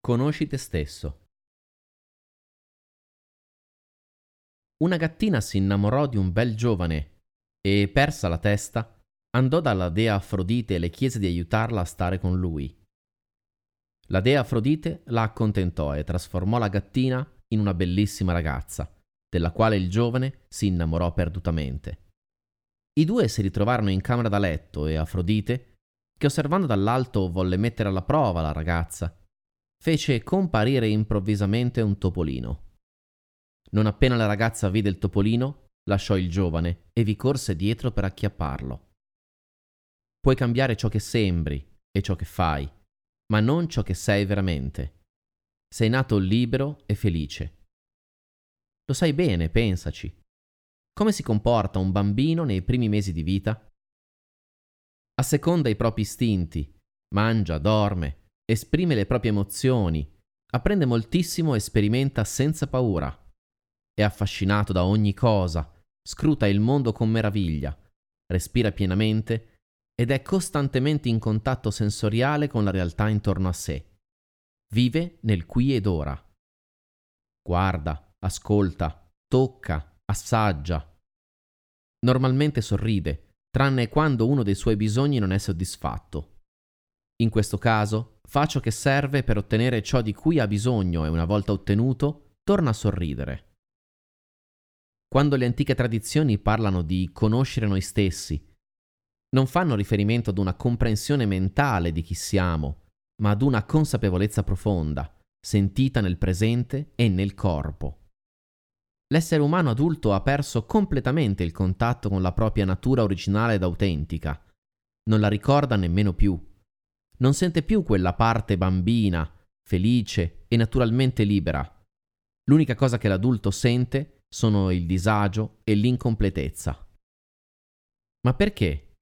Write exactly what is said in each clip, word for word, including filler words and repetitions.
Conosci te stesso. Una gattina si innamorò di un bel giovane e, persa la testa, andò dalla dea Afrodite e le chiese di aiutarla a stare con lui. La dea Afrodite la accontentò e trasformò la gattina in una bellissima ragazza, della quale il giovane si innamorò perdutamente. I due si ritrovarono in camera da letto e Afrodite, che osservando dall'alto volle mettere alla prova la ragazza, fece comparire improvvisamente un topolino. Non appena la ragazza vide il topolino, lasciò il giovane e vi corse dietro per acchiapparlo. Puoi cambiare ciò che sembri e ciò che fai, ma non ciò che sei veramente. Sei nato libero e felice. Lo sai bene, pensaci. Come si comporta un bambino nei primi mesi di vita? Asseconda i propri istinti, mangia, dorme, esprime le proprie emozioni, apprende moltissimo e sperimenta senza paura. È affascinato da ogni cosa, scruta il mondo con meraviglia, respira pienamente ed è costantemente in contatto sensoriale con la realtà intorno a sé. Vive nel qui ed ora. Guarda, ascolta, tocca, assaggia. Normalmente sorride, tranne quando uno dei suoi bisogni non è soddisfatto. In questo caso, fa ciò che serve per ottenere ciò di cui ha bisogno e una volta ottenuto, torna a sorridere. Quando le antiche tradizioni parlano di conoscere noi stessi, non fanno riferimento ad una comprensione mentale di chi siamo, ma ad una consapevolezza profonda, sentita nel presente e nel corpo. L'essere umano adulto ha perso completamente il contatto con la propria natura originale ed autentica. Non la ricorda nemmeno più. Non sente più quella parte bambina, felice e naturalmente libera. L'unica cosa che l'adulto sente sono il disagio e l'incompletezza. Ma perché?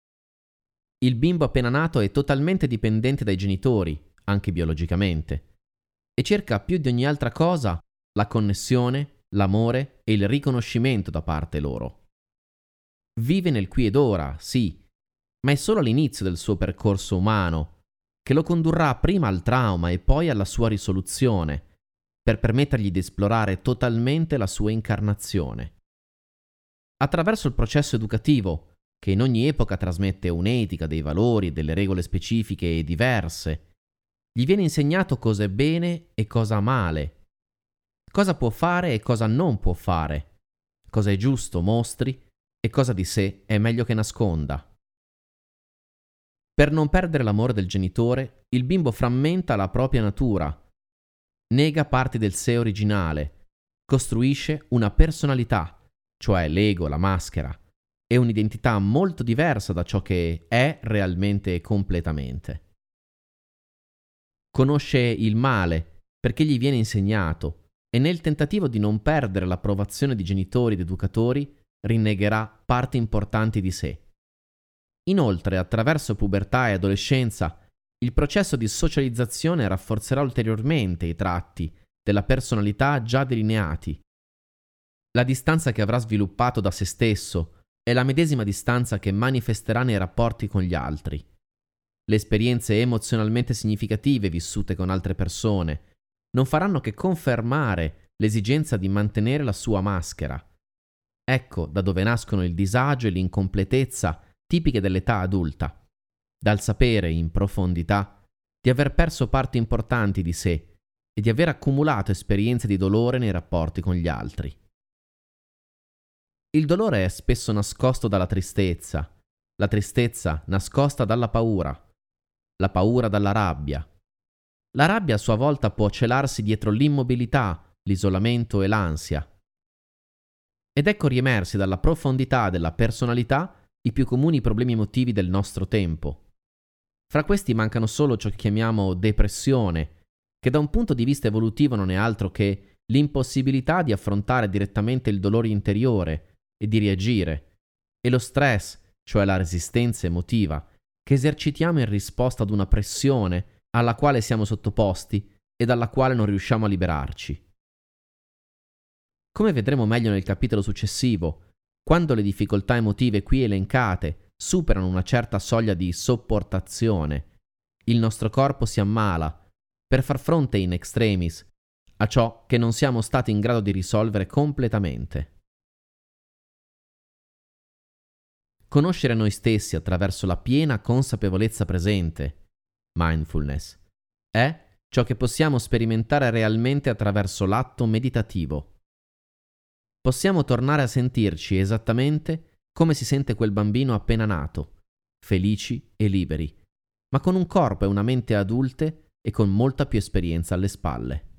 Il bimbo appena nato è totalmente dipendente dai genitori, anche biologicamente, e cerca più di ogni altra cosa la connessione, l'amore e il riconoscimento da parte loro. Vive nel qui ed ora, sì, ma è solo l'inizio del suo percorso umano, che lo condurrà prima al trauma e poi alla sua risoluzione, per permettergli di esplorare totalmente la sua incarnazione. Attraverso il processo educativo, che in ogni epoca trasmette un'etica, dei valori e delle regole specifiche e diverse, gli viene insegnato cosa è bene e cosa male, cosa può fare e cosa non può fare, cosa è giusto mostri e cosa di sé è meglio che nasconda. Per non perdere l'amore del genitore, il bimbo frammenta la propria natura, nega parti del sé originale, costruisce una personalità, cioè l'ego, la maschera, e un'identità molto diversa da ciò che è realmente e completamente. Conosce il male perché gli viene insegnato e nel tentativo di non perdere l'approvazione di genitori ed educatori rinnegherà parti importanti di sé. Inoltre, attraverso pubertà e adolescenza, il processo di socializzazione rafforzerà ulteriormente i tratti della personalità già delineati. La distanza che avrà sviluppato da se stesso è la medesima distanza che manifesterà nei rapporti con gli altri. Le esperienze emozionalmente significative vissute con altre persone non faranno che confermare l'esigenza di mantenere la sua maschera. Ecco da dove nascono il disagio e l'incompletezza tipiche dell'età adulta, dal sapere in profondità di aver perso parti importanti di sé e di aver accumulato esperienze di dolore nei rapporti con gli altri. Il dolore è spesso nascosto dalla tristezza, la tristezza nascosta dalla paura, la paura dalla rabbia. La rabbia a sua volta può celarsi dietro l'immobilità, l'isolamento e l'ansia. Ed ecco riemersi dalla profondità della personalità i più comuni problemi emotivi del nostro tempo. Fra questi mancano solo ciò che chiamiamo depressione, che da un punto di vista evolutivo non è altro che l'impossibilità di affrontare direttamente il dolore interiore e di reagire, e lo stress, cioè la resistenza emotiva, che esercitiamo in risposta ad una pressione alla quale siamo sottoposti e dalla quale non riusciamo a liberarci. Come vedremo meglio nel capitolo successivo, quando le difficoltà emotive qui elencate superano una certa soglia di sopportazione, il nostro corpo si ammala per far fronte in extremis a ciò che non siamo stati in grado di risolvere completamente. Conoscere noi stessi attraverso la piena consapevolezza presente, mindfulness, è ciò che possiamo sperimentare realmente attraverso l'atto meditativo. Possiamo tornare a sentirci esattamente come si sente quel bambino appena nato, felici e liberi, ma con un corpo e una mente adulte e con molta più esperienza alle spalle.